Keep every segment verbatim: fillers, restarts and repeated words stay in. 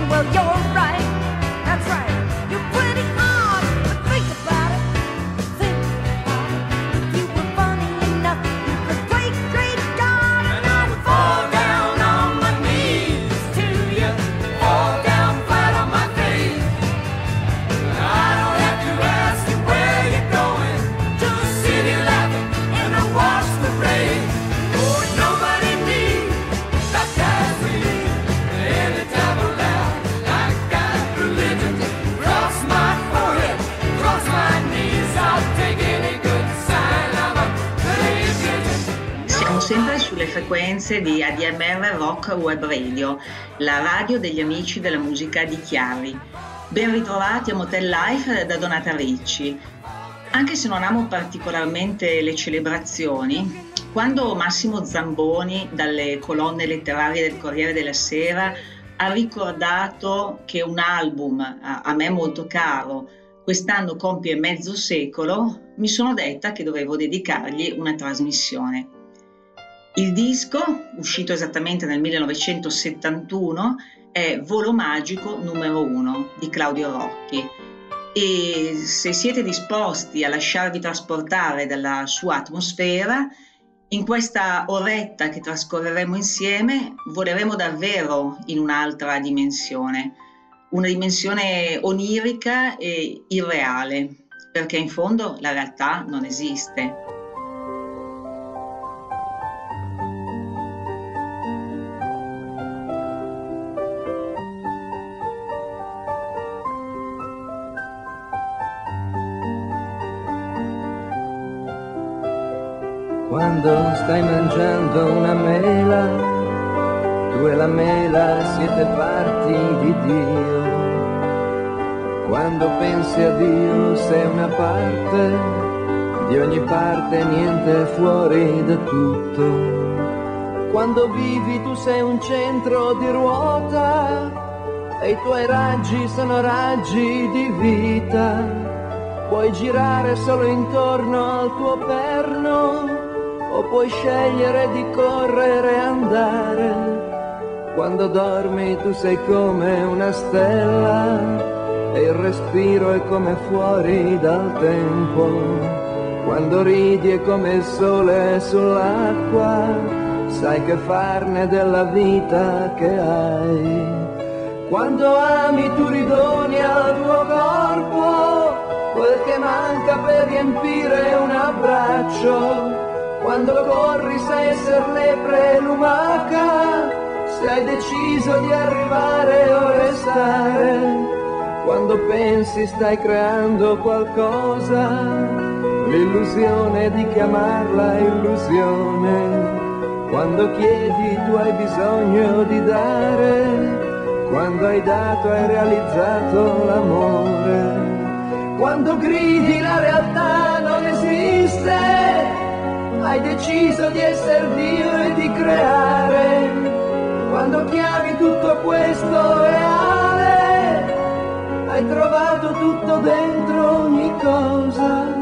well, you're right. That's right. You're pretty odd, but think about it. Think about it. If you were funny enough, you could play great God. And I would fall down on my knees to you, fall down flat on my face. I don't have to ask you where you're going, just see you laughing and I watch the rain. Oh, nobody needs baptized me. Anytime I laugh, I got religion. Cross my forehead, cross my knees. I'll take any good sign. I'm a clean pigeon. Siamo sempre sulle frequenze di A D M R Rock Web Radio, la radio degli amici della musica di Chiari. Ben ritrovati a Motel Life da Donata Ricci. Anche se non amo particolarmente le celebrazioni, quando Massimo Zamboni, dalle colonne letterarie del Corriere della Sera, ha ricordato che un album a, a me molto caro quest'anno compie mezzo secolo, mi sono detta che dovevo dedicargli una trasmissione. Il disco, uscito esattamente nel millenovecentosettantuno, è Volo Magico numero uno di Claudio Rocchi. E se siete disposti a lasciarvi trasportare dalla sua atmosfera, in questa oretta che trascorreremo insieme voleremo davvero in un'altra dimensione, una dimensione onirica e irreale, perché in fondo la realtà non esiste. Quando stai mangiando una mela, tu e la mela siete parti di Dio. Quando pensi a Dio sei una parte di ogni parte, niente fuori da tutto. Quando vivi tu sei un centro di ruota e i tuoi raggi sono raggi di vita. Puoi girare solo intorno al tuo perno o puoi scegliere di correre e andare. Quando dormi tu sei come una stella e il respiro è come fuori dal tempo. Quando ridi è come il sole sull'acqua, sai che farne della vita che hai. Quando ami tu ridoni al tuo corpo quel che manca per riempire un abbraccio. Quando corri sai essere lepre e lumaca, se hai deciso di arrivare o restare. Quando pensi stai creando qualcosa, l'illusione di chiamarla illusione. Quando chiedi tu hai bisogno di dare, quando hai dato hai realizzato l'amore. Quando gridi la realtà non esiste, hai deciso di essere Dio e di creare. Quando chiami tutto questo reale, hai trovato tutto dentro ogni cosa.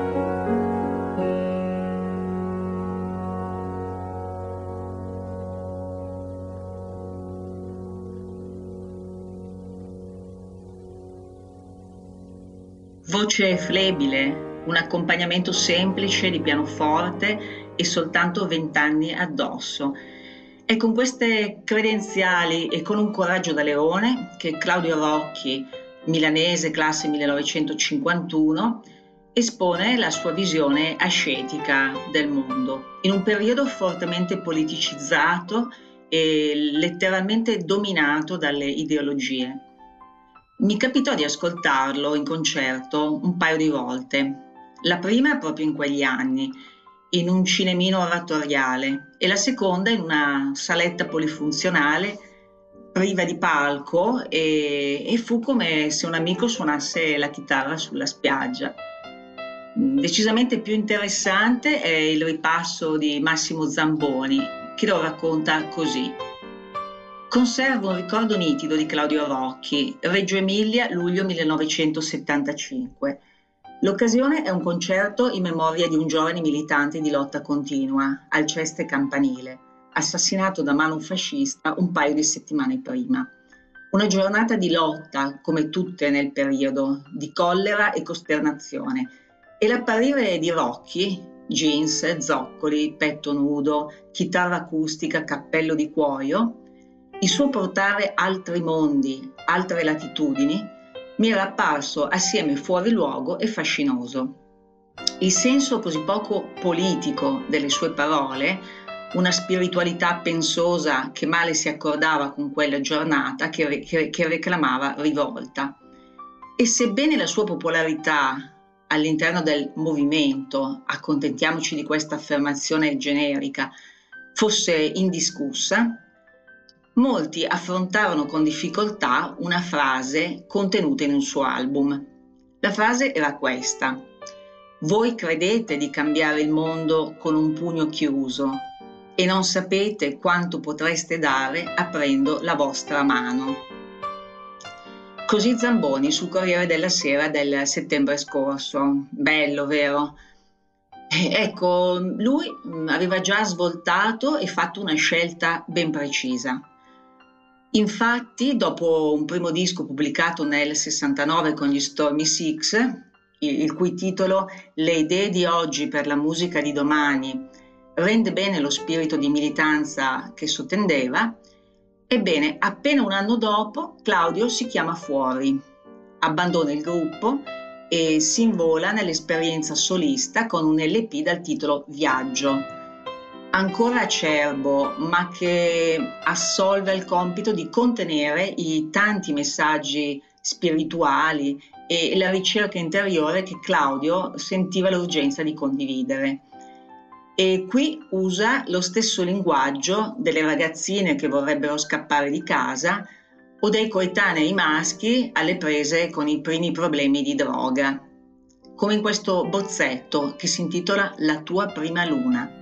Voce flebile, un accompagnamento semplice di pianoforte e soltanto vent'anni addosso. È con queste credenziali e con un coraggio da leone che Claudio Rocchi, milanese classe millenovecentocinquantuno, espone la sua visione ascetica del mondo, in un periodo fortemente politicizzato e letteralmente dominato dalle ideologie. Mi capitò di ascoltarlo in concerto un paio di volte. La prima proprio in quegli anni, in un cinemino oratoriale, e la seconda in una saletta polifunzionale priva di palco e, e fu come se un amico suonasse la chitarra sulla spiaggia. Decisamente più interessante è il ripasso di Massimo Zamboni, che lo racconta così. Conservo un ricordo nitido di Claudio Rocchi, Reggio Emilia, luglio millenovecentosettantacinque. L'occasione è un concerto in memoria di un giovane militante di lotta continua, Alceste Campanile, assassinato da mano fascista un paio di settimane prima. Una giornata di lotta, come tutte nel periodo, di collera e costernazione. E l'apparire di Rocky, jeans, zoccoli, petto nudo, chitarra acustica, cappello di cuoio, il suo portare altri mondi, altre latitudini, mi era apparso assieme fuori luogo e fascinoso. Il senso così poco politico delle sue parole, una spiritualità pensosa che male si accordava con quella giornata, che, che, che reclamava rivolta. E sebbene la sua popolarità all'interno del movimento, accontentiamoci di questa affermazione generica, fosse indiscussa, molti affrontarono con difficoltà una frase contenuta in un suo album. La frase era questa: voi credete di cambiare il mondo con un pugno chiuso e non sapete quanto potreste dare aprendo la vostra mano. Così Zamboni sul Corriere della Sera del settembre scorso. Bello, vero? Ecco, lui aveva già svoltato e fatto una scelta ben precisa. Infatti, dopo un primo disco pubblicato nel sessantanove con gli Stormy Six, il cui titolo Le idee di oggi per la musica di domani rende bene lo spirito di militanza che sottendeva, ebbene, appena un anno dopo, Claudio si chiama fuori, abbandona il gruppo e si invola nell'esperienza solista con un L P dal titolo Viaggio, ancora acerbo, ma che assolve il compito di contenere i tanti messaggi spirituali e la ricerca interiore che Claudio sentiva l'urgenza di condividere. E qui usa lo stesso linguaggio delle ragazzine che vorrebbero scappare di casa o dei coetanei maschi alle prese con i primi problemi di droga, come in questo bozzetto che si intitola La tua prima luna.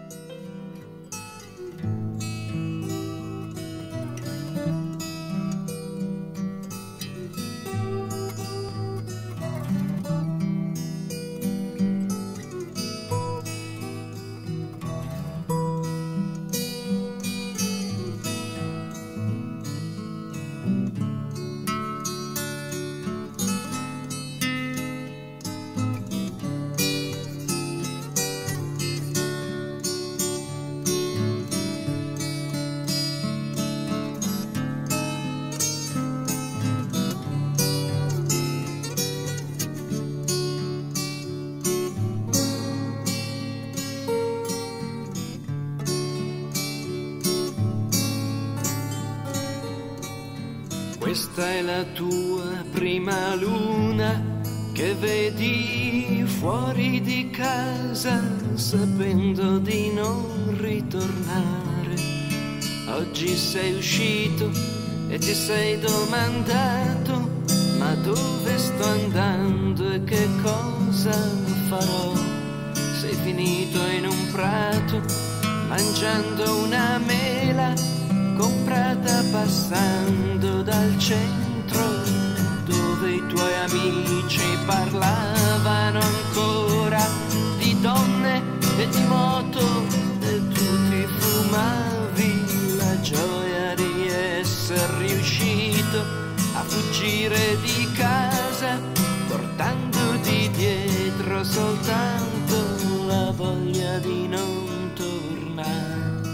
Questa è la tua prima luna che vedi fuori di casa, sapendo di non ritornare. Oggi sei uscito e ti sei domandato: ma dove sto andando e che cosa farò? Sei finito in un prato mangiando una mela comprata passando dal centro, dove i tuoi amici parlavano ancora di donne e di moto, e tu ti fumavi la gioia di essere riuscito a fuggire di casa, portandoti dietro soltanto la voglia di non tornare.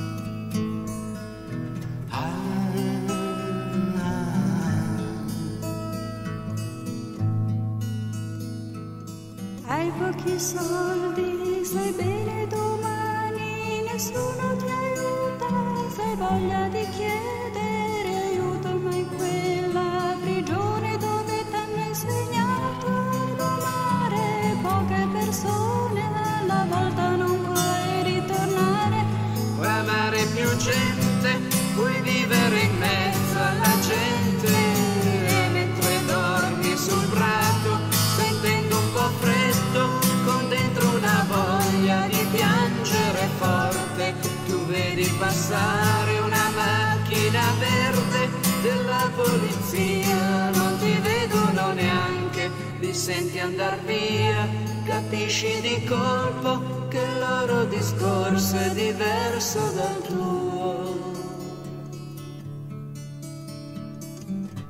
Hai pochi soldi, sai bene domani nessuno ti aiuta, sai voglia di chiedere aiuto, ma in quella prigione dove t'hanno insegnato ad amare poche persone, alla volta non puoi ritornare. Puoi amare più gente, puoi vivere in mezzo alla gente, e mentre dormi sul prato, sentendo un po' freddo, con dentro una voglia di piangere forte, tu vedi passare una macchina verde della polizia, non ti vedono neanche, li senti andar via, capisci di colpo che il loro discorso è diverso dal tuo.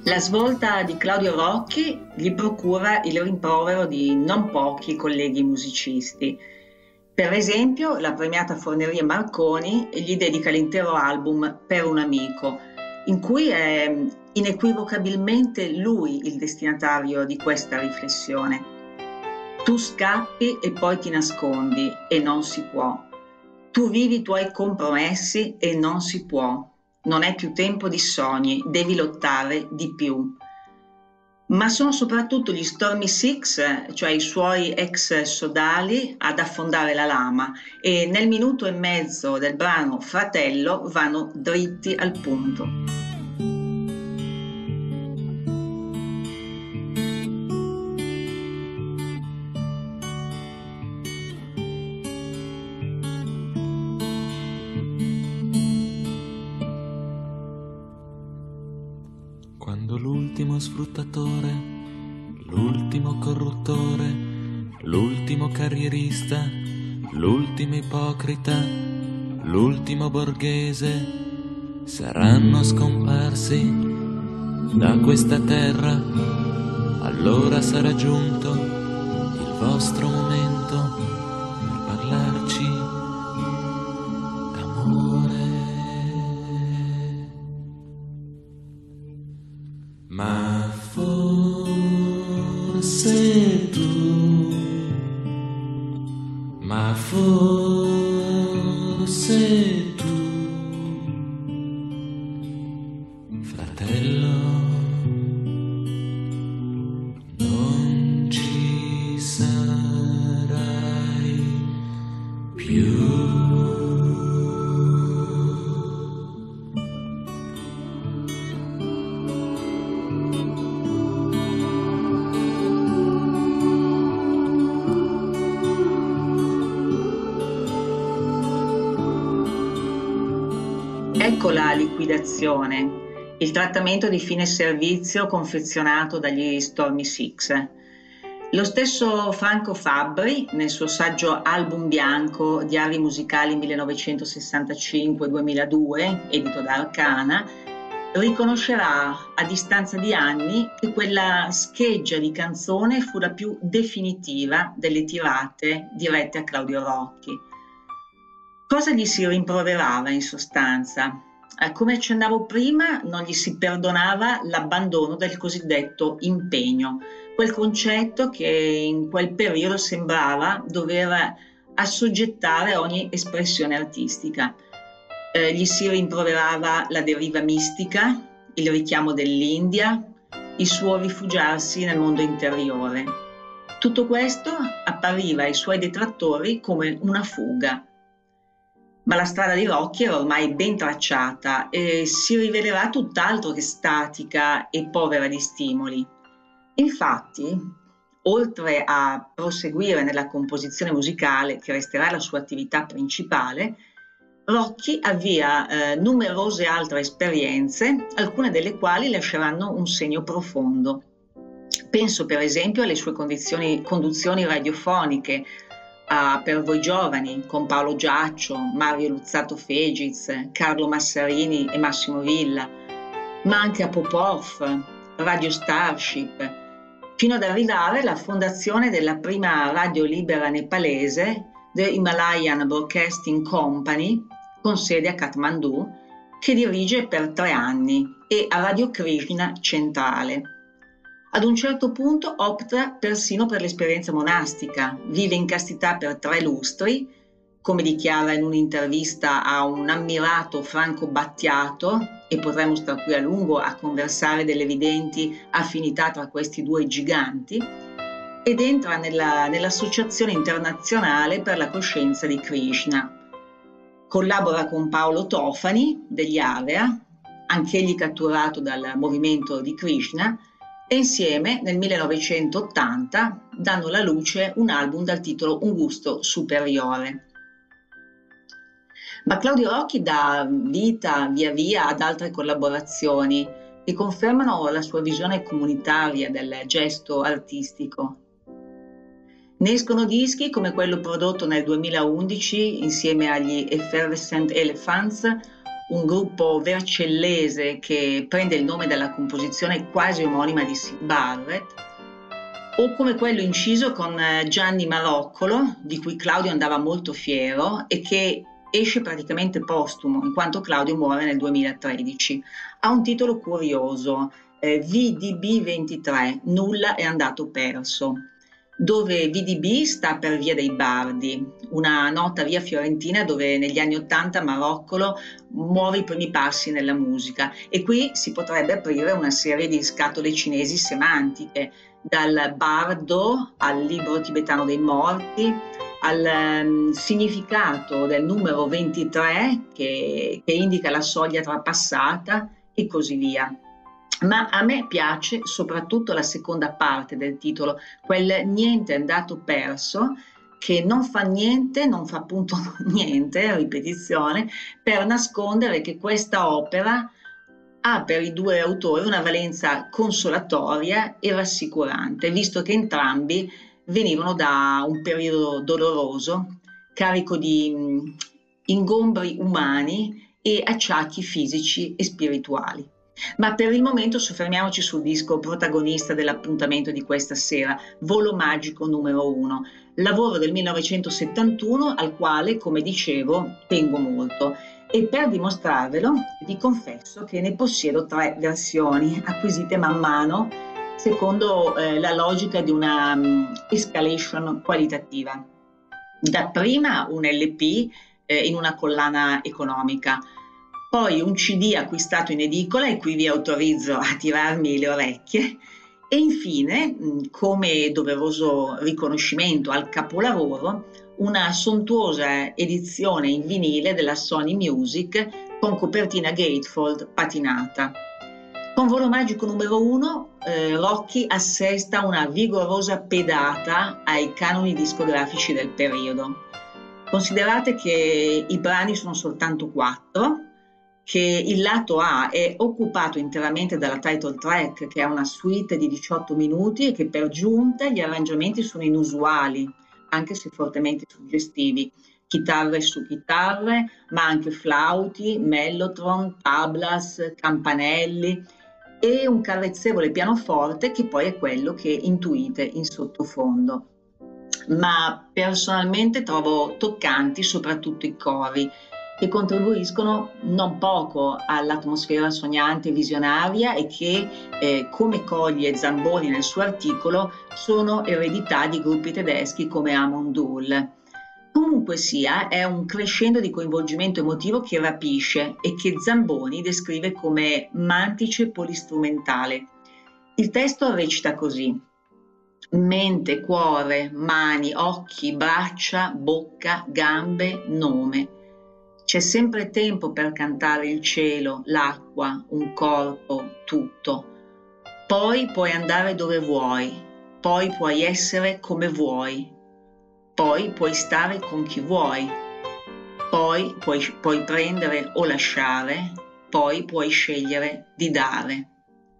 La svolta di Claudio Rocchi gli procura il rimprovero di non pochi colleghi musicisti. Per esempio, la premiata Forneria Marconi gli dedica l'intero album Per un amico, in cui è inequivocabilmente lui il destinatario di questa riflessione. Tu scappi e poi ti nascondi e non si può. Tu vivi i tuoi compromessi e non si può. Non è più tempo di sogni, devi lottare di più. Ma sono soprattutto gli Stormy Six, cioè i suoi ex sodali, ad affondare la lama, e nel minuto e mezzo del brano Fratello vanno dritti al punto. Quando l'ultimo sfruttatore, l'ultimo corruttore, l'ultimo carrierista, l'ultimo ipocrita, l'ultimo borghese saranno scomparsi da questa terra, allora sarà giunto il vostro momento per parlarci d'amore. Ma forse tu, ma forse tu, fratello, non ci sarai più. Ecco la liquidazione, il trattamento di fine servizio confezionato dagli Stormy Six. Lo stesso Franco Fabbri, nel suo saggio Album bianco, Diari musicali millenovecentosessantacinque duemiladue, edito da Arcana, riconoscerà a distanza di anni che quella scheggia di canzone fu la più definitiva delle tirate dirette a Claudio Rocchi. Cosa gli si rimproverava in sostanza? Eh, come accennavo prima, non gli si perdonava l'abbandono del cosiddetto impegno, quel concetto che in quel periodo sembrava dover assoggettare ogni espressione artistica. Eh, gli si rimproverava la deriva mistica, il richiamo dell'India, il suo rifugiarsi nel mondo interiore. Tutto questo appariva ai suoi detrattori come una fuga. Ma la strada di Rocchi era ormai ben tracciata e si rivelerà tutt'altro che statica e povera di stimoli. Infatti, oltre a proseguire nella composizione musicale, che resterà la sua attività principale, Rocchi avvia eh, numerose altre esperienze, alcune delle quali lasceranno un segno profondo. Penso per esempio alle sue condizioni, conduzioni radiofoniche, a Per voi giovani, con Paolo Giaccio, Mario Luzzatto Fegiz, Carlo Massarini e Massimo Villa, ma anche a Popov, Radio Starship, fino ad arrivare alla fondazione della prima radio libera nepalese, The Himalayan Broadcasting Company, con sede a Kathmandu, che dirige per tre anni, e a Radio Krishna Centrale. Ad un certo punto opta persino per l'esperienza monastica, vive in castità per tre lustri, come dichiara in un'intervista a un ammirato Franco Battiato, e potremmo stare qui a lungo a conversare delle evidenti affinità tra questi due giganti, ed entra nella, nell'Associazione Internazionale per la Coscienza di Krishna. Collabora con Paolo Tofani degli Avea, anch'egli catturato dal movimento di Krishna, e insieme nel millenovecentottanta danno alla luce un album dal titolo Un gusto superiore. Ma Claudio Rocchi dà vita via via ad altre collaborazioni che confermano la sua visione comunitaria del gesto artistico. Ne escono dischi come quello prodotto nel duemilaundici insieme agli Effervescent Elephants un gruppo vercellese che prende il nome dalla composizione quasi omonima di Syd Barrett, o come quello inciso con Gianni Maroccolo, di cui Claudio andava molto fiero e che esce praticamente postumo, in quanto Claudio muore nel duemilatredici. Ha un titolo curioso, eh, V D B ventitré, Nulla è andato perso, dove V D B sta per Via dei Bardi, una nota via fiorentina dove negli anni Ottanta Maroccolo muove i primi passi nella musica, e qui si potrebbe aprire una serie di scatole cinesi semantiche, dal bardo al libro tibetano dei morti, al um, significato del numero ventitré che, che indica la soglia trapassata e così via. Ma a me piace soprattutto la seconda parte del titolo, quel niente è andato perso, che non fa niente, non fa appunto niente, ripetizione, per nascondere che questa opera ha per i due autori una valenza consolatoria e rassicurante, visto che entrambi venivano da un periodo doloroso, carico di mh, ingombri umani e acciacchi fisici e spirituali. Ma per il momento soffermiamoci sul disco protagonista dell'appuntamento di questa sera, Volo Magico numero uno, lavoro del millenovecentosettantuno al quale, come dicevo, tengo molto. E per dimostrarvelo vi confesso che ne possiedo tre versioni acquisite man mano secondo eh, la logica di una um, escalation qualitativa. Dapprima un L P eh, in una collana economica, poi un C D acquistato in edicola e qui vi autorizzo a tirarmi le orecchie, e infine, come doveroso riconoscimento al capolavoro, una sontuosa edizione in vinile della Sony Music con copertina gatefold patinata. Con Volo Magico numero uno, eh, Rocky assesta una vigorosa pedata ai canoni discografici del periodo. Considerate che i brani sono soltanto quattro, che il lato A è occupato interamente dalla title track, che è una suite di diciotto minuti e che per giunta gli arrangiamenti sono inusuali, anche se fortemente suggestivi. Chitarre su chitarre, ma anche flauti, mellotron, tablas, campanelli e un carrezzevole pianoforte che poi è quello che intuite in sottofondo. Ma personalmente trovo toccanti soprattutto i cori, che contribuiscono non poco all'atmosfera sognante e visionaria e che, eh, come coglie Zamboni nel suo articolo, sono eredità di gruppi tedeschi come Amon Düül. Comunque sia, è un crescendo di coinvolgimento emotivo che rapisce e che Zamboni descrive come mantice polistrumentale. Il testo recita così: mente, cuore, mani, occhi, braccia, bocca, gambe, nome. C'è sempre tempo per cantare il cielo, l'acqua, un corpo, tutto. Poi puoi andare dove vuoi, poi puoi essere come vuoi, poi puoi stare con chi vuoi, poi puoi, puoi prendere o lasciare, poi puoi scegliere di dare.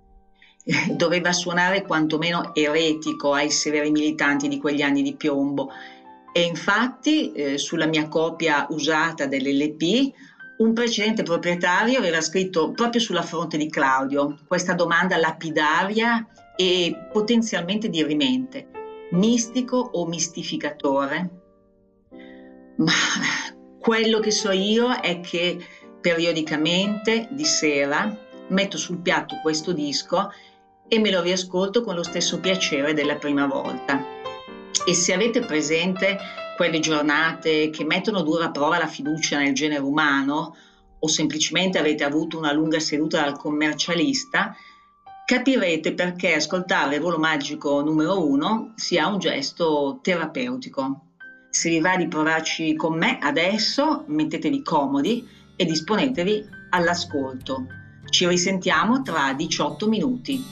Doveva suonare quantomeno eretico ai severi militanti di quegli anni di piombo. E infatti eh, sulla mia copia usata dell'L P un precedente proprietario aveva scritto proprio sulla fronte di Claudio questa domanda lapidaria e potenzialmente dirimente: mistico o mistificatore? Ma quello che so io è che periodicamente di sera metto sul piatto questo disco e me lo riascolto con lo stesso piacere della prima volta. E se avete presente quelle giornate che mettono a dura prova la fiducia nel genere umano, o semplicemente avete avuto una lunga seduta dal commercialista, capirete perché ascoltare Volo Magico numero uno sia un gesto terapeutico. Se vi va di provarci con me adesso, mettetevi comodi e disponetevi all'ascolto. Ci risentiamo tra diciotto minuti.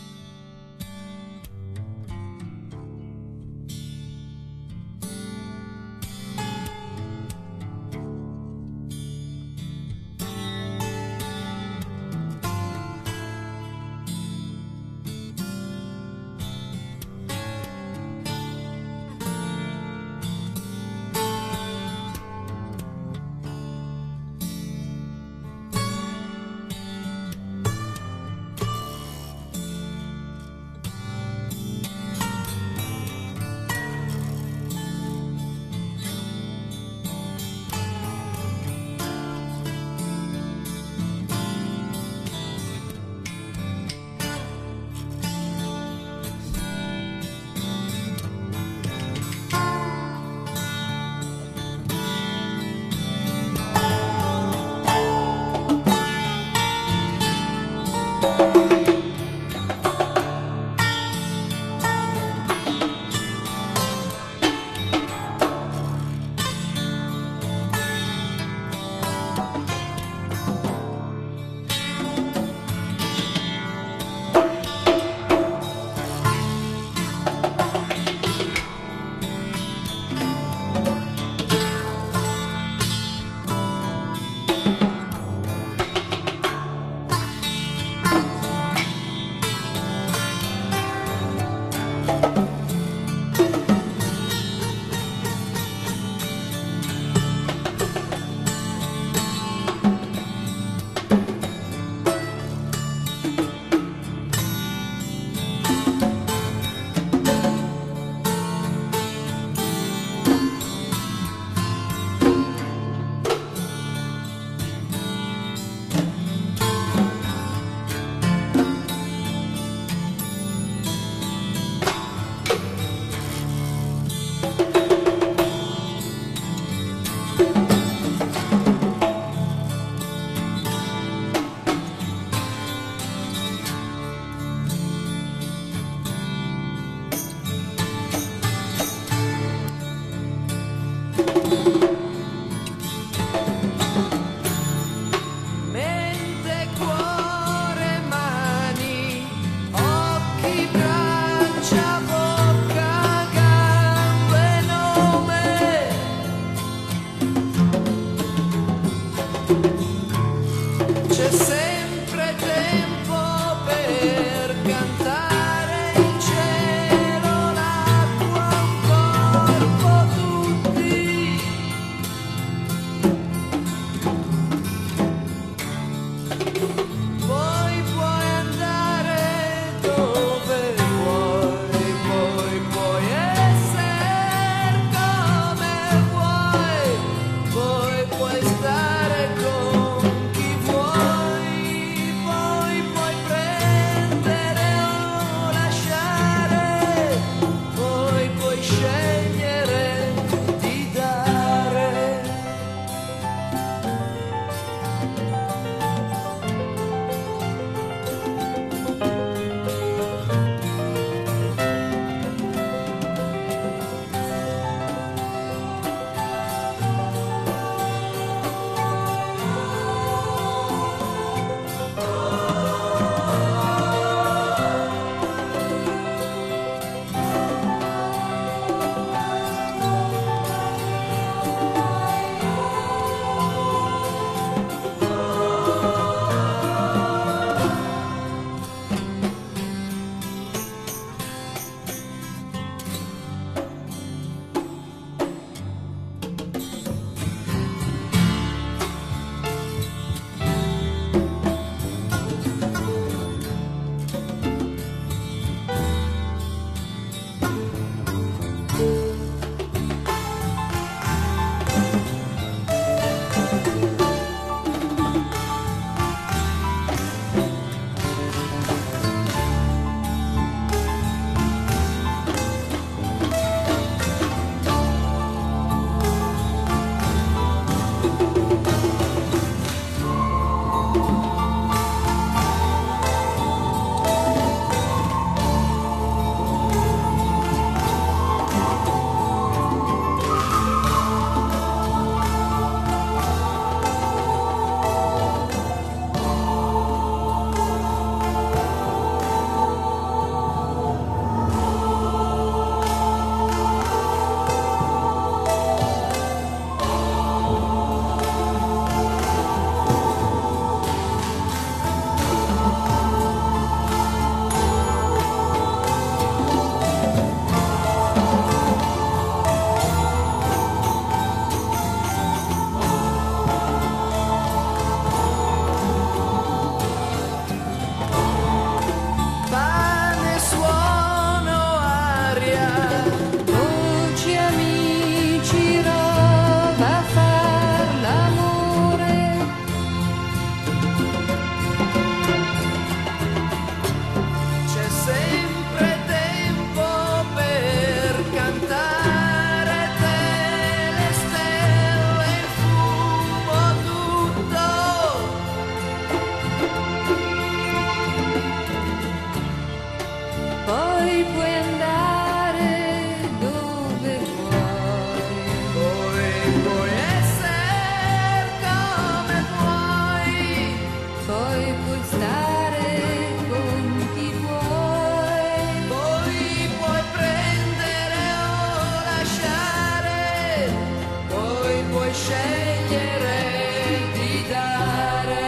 poi puoi andare dove vuoi. Poi puoi essere come vuoi. Poi puoi stare con chi vuoi. Poi puoi prendere o lasciare. Poi puoi scegliere di dare.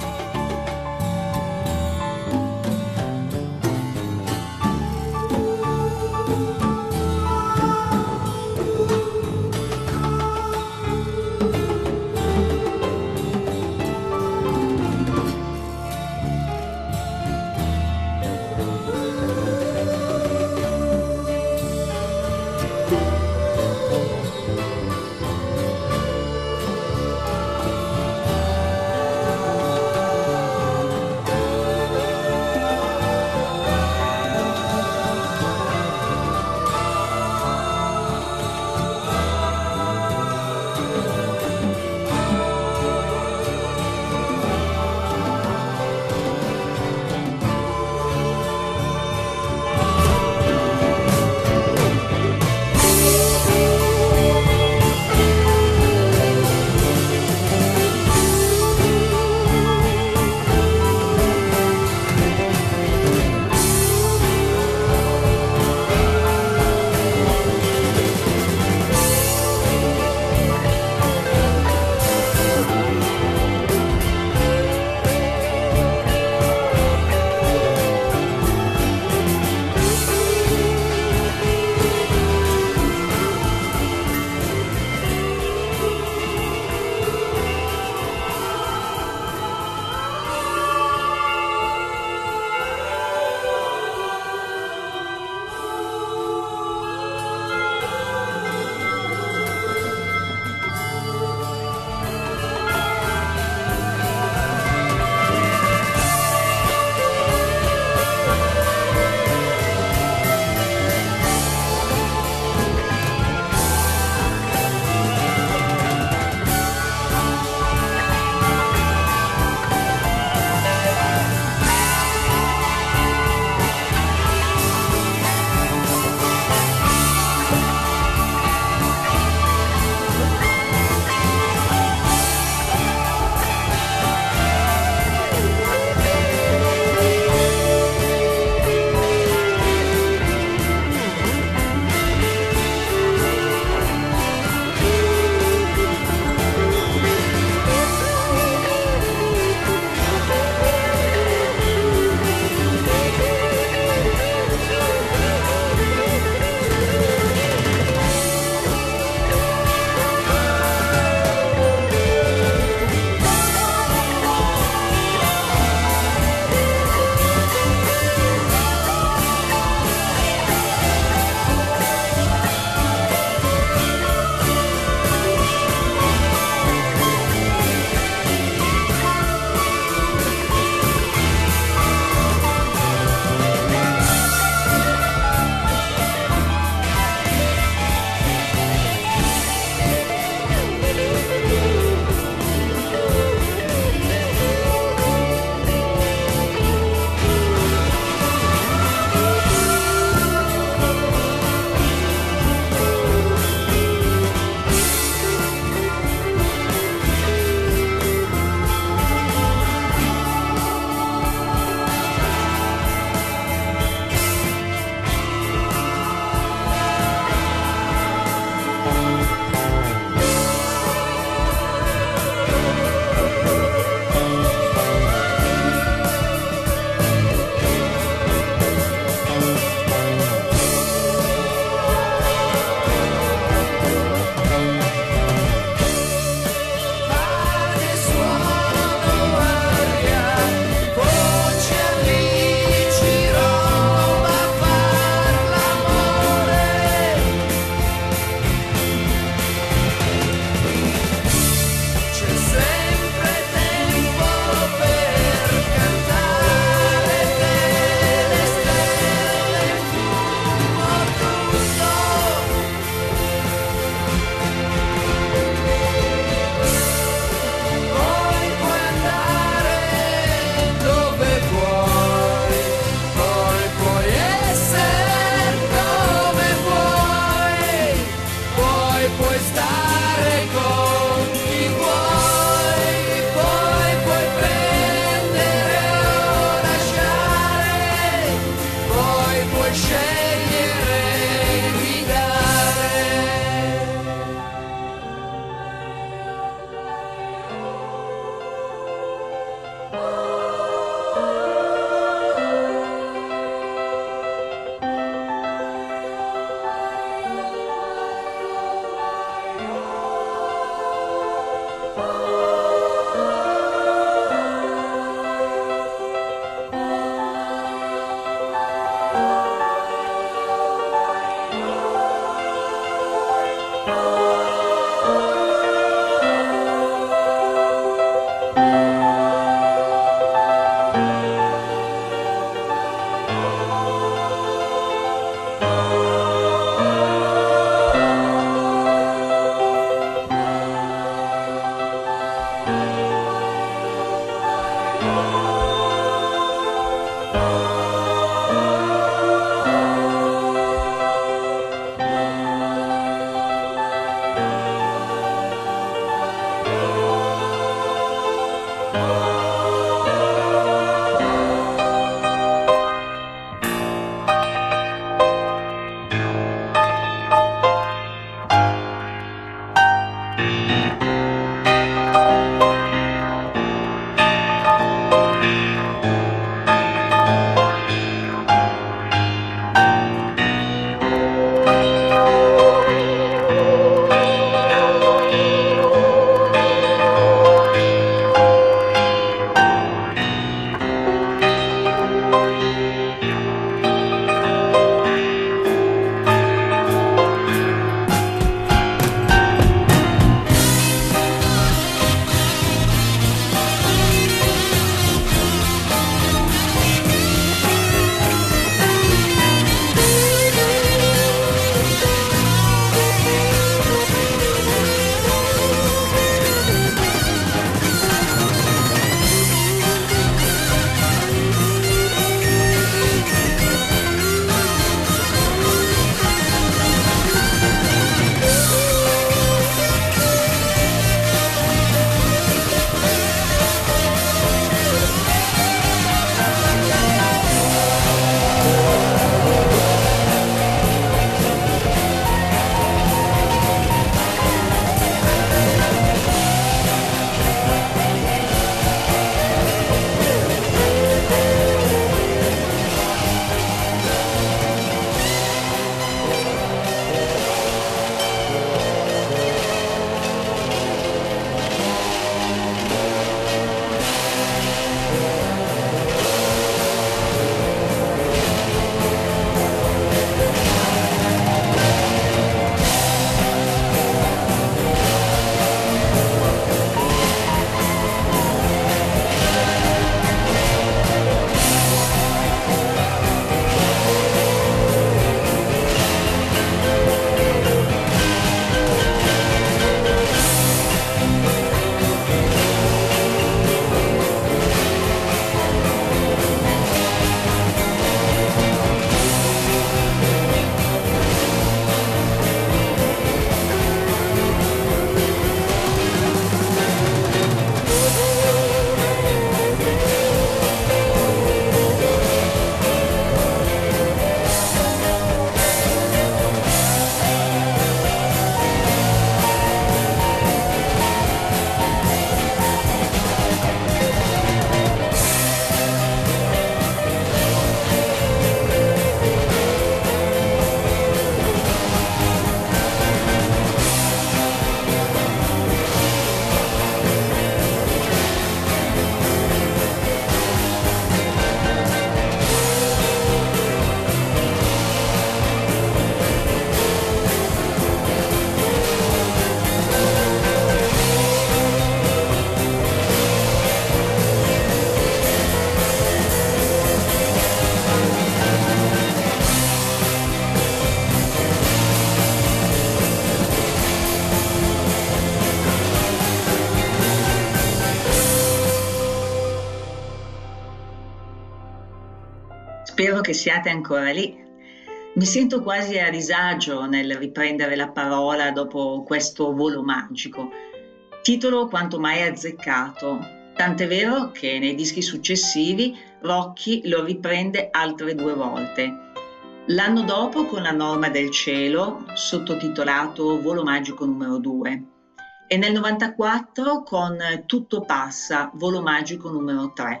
Spero che siate ancora lì. Mi sento quasi a disagio nel riprendere la parola dopo questo volo magico. Titolo quanto mai azzeccato, tant'è vero che nei dischi successivi Rocchi lo riprende altre due volte. L'anno dopo con La norma del cielo, sottotitolato Volo magico numero due, e nel novantaquattro con Tutto passa, Volo magico numero tre.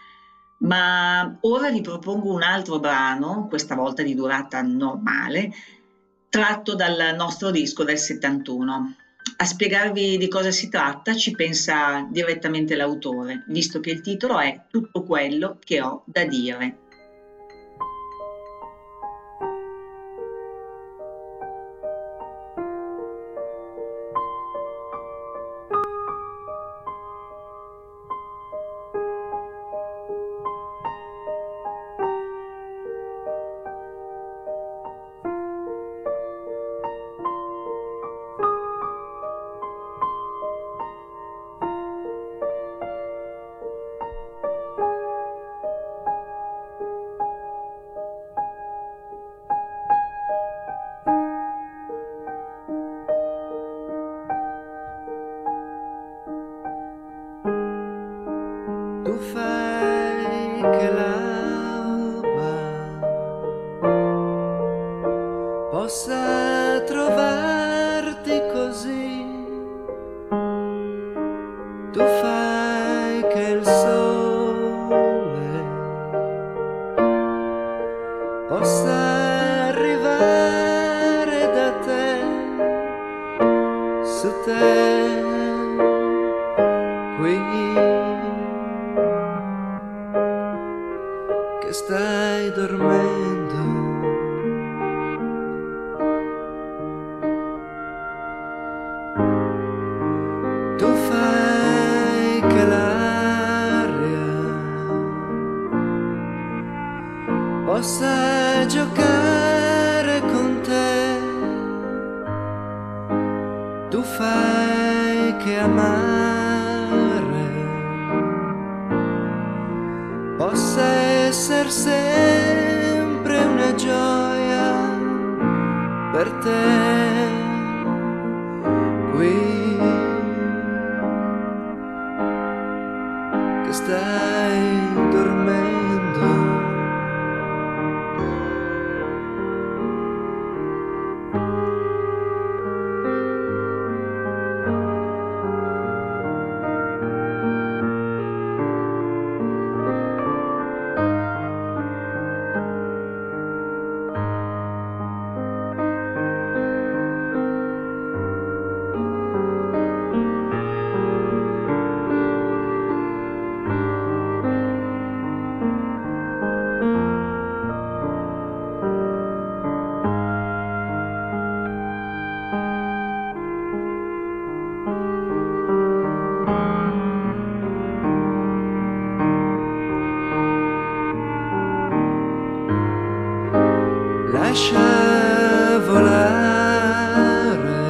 Ma ora vi propongo un altro brano, questa volta di durata normale, tratto dal nostro disco del settantuno. A spiegarvi di cosa si tratta ci pensa direttamente l'autore, visto che il titolo è Tutto quello che ho da dire. possa trovarti così. Tu fai che il sole possa arrivare da te, su te, qui, che stai dormendo. Tu fai che l'aria possa giocare con te. Tu fai che amare possa essere sempre una gioia per te, qui che stai dormendo. Lascia volare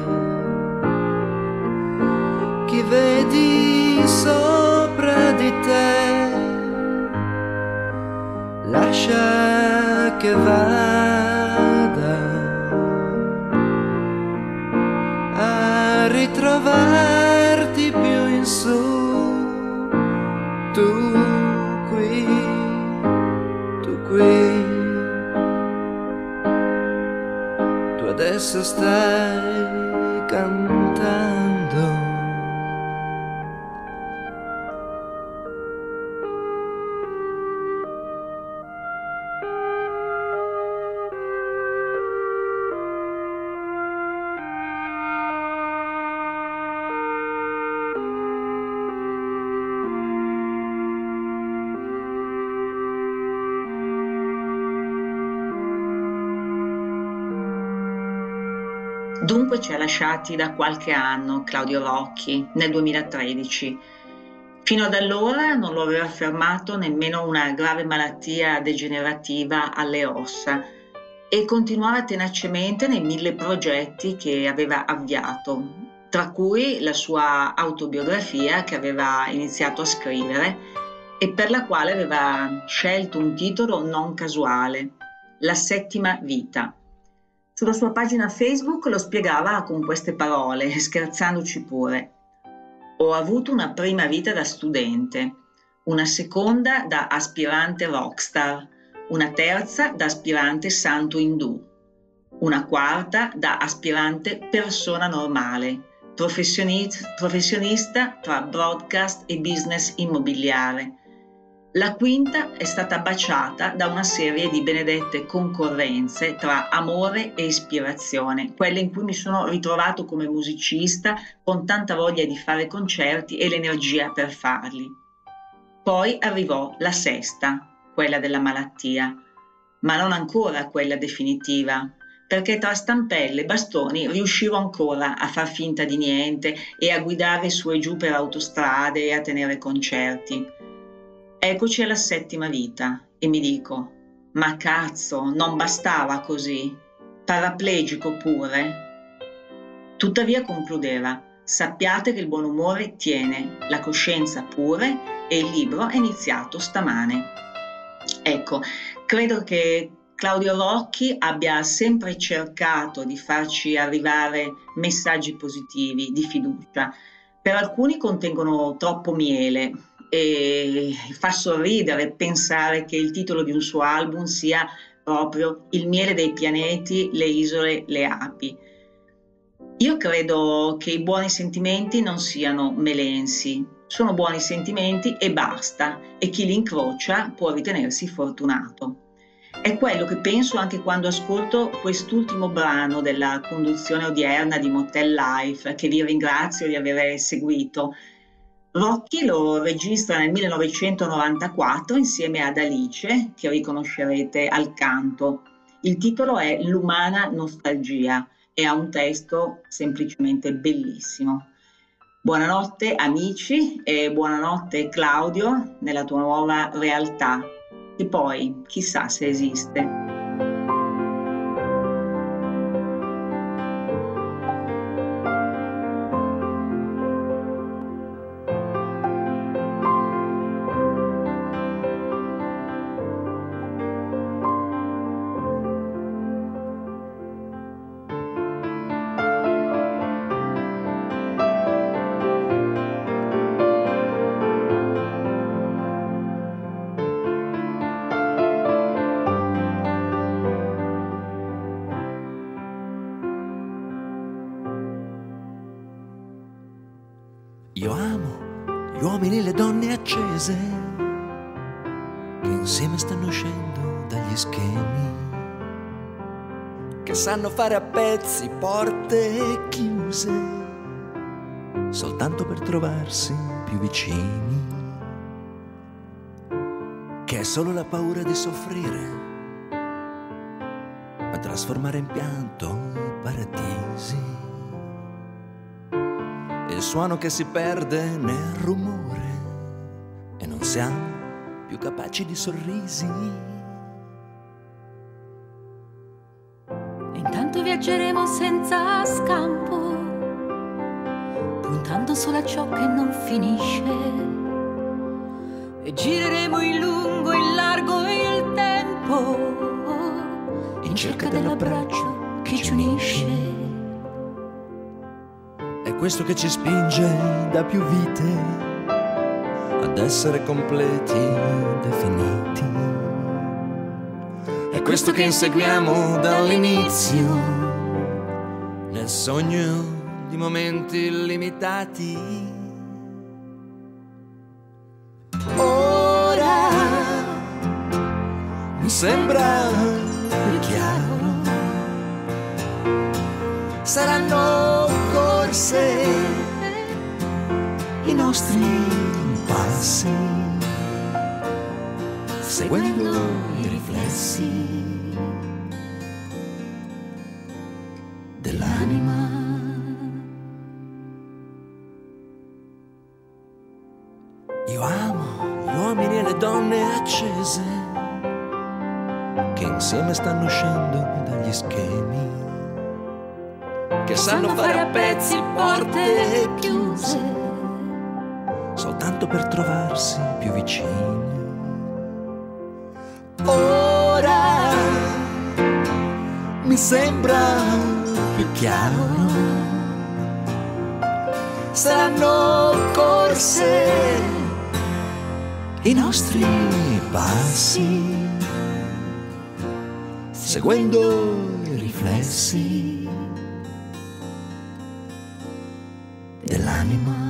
chi vedi sopra di te, lascia che vada a ritrovarti più in su, tu qui, tu qui. Adesso stai cantando. Dunque ci ha lasciati da qualche anno Claudio Rocchi, nel duemilatredici. Fino ad allora non lo aveva fermato nemmeno una grave malattia degenerativa alle ossa e continuava tenacemente nei mille progetti che aveva avviato, tra cui la sua autobiografia che aveva iniziato a scrivere e per la quale aveva scelto un titolo non casuale, La settima vita. Sulla sua pagina Facebook lo spiegava con queste parole, scherzandoci pure. Ho avuto una prima vita da studente, una seconda da aspirante rockstar, una terza da aspirante santo indù, una quarta da aspirante persona normale, professionista, professionista tra broadcast e business immobiliare. La quinta è stata baciata da una serie di benedette concorrenze tra amore e ispirazione, quelle in cui mi sono ritrovato come musicista con tanta voglia di fare concerti e l'energia per farli. Poi arrivò la sesta, quella della malattia, ma non ancora quella definitiva, perché tra stampelle e bastoni riuscivo ancora a far finta di niente e a guidare su e giù per autostrade e a tenere concerti. Eccoci alla settima vita e mi dico, ma cazzo, non bastava così? Paraplegico pure? Tuttavia concludeva, sappiate che il buon umore tiene, la coscienza pure e il libro è iniziato stamane. Ecco, credo che Claudio Rocchi abbia sempre cercato di farci arrivare messaggi positivi, di fiducia. Per alcuni contengono troppo miele, e fa sorridere pensare che il titolo di un suo album sia proprio il miele dei pianeti, le isole, le api. Io credo che i buoni sentimenti non siano melensi, sono buoni sentimenti e basta, e chi li incrocia può ritenersi fortunato. È quello che penso anche quando ascolto quest'ultimo brano della conduzione odierna di Motel Life, che vi ringrazio di aver seguito. Rocky lo registra nel millenovecentonovantaquattro insieme ad Alice, che riconoscerete al canto. Il titolo è L'umana nostalgia e ha un testo semplicemente bellissimo. Buonanotte amici e buonanotte Claudio nella tua nuova realtà, che poi chissà se esiste. Io amo gli uomini e le donne accese che insieme stanno uscendo dagli schemi, che sanno fare a pezzi porte chiuse soltanto per trovarsi più vicini, che è solo la paura di soffrire a trasformare in pianto i paradisi. Il suono che si perde nel rumore e non siamo più capaci di sorrisi. Intanto viaggeremo senza scampo, puntando solo a ciò che non finisce, e gireremo in lungo, in largo e il tempo in cerca dell'abbraccio che ci unisce. È questo che ci spinge da più vite ad essere completi e definiti. È questo che inseguiamo dall'inizio nel sogno di momenti illimitati. Ora mi sembra più chiaro, saranno corse i nostri passi, seguendo i riflessi dell'anima. Io amo gli uomini e le donne accese che insieme stanno uscendo dagli schemi, che sanno fare a pezzi porte chiuse soltanto per trovarsi più vicini. Ora mi sembra più chiaro, saranno corse i nostri passi, seguendo i riflessi dell'anima.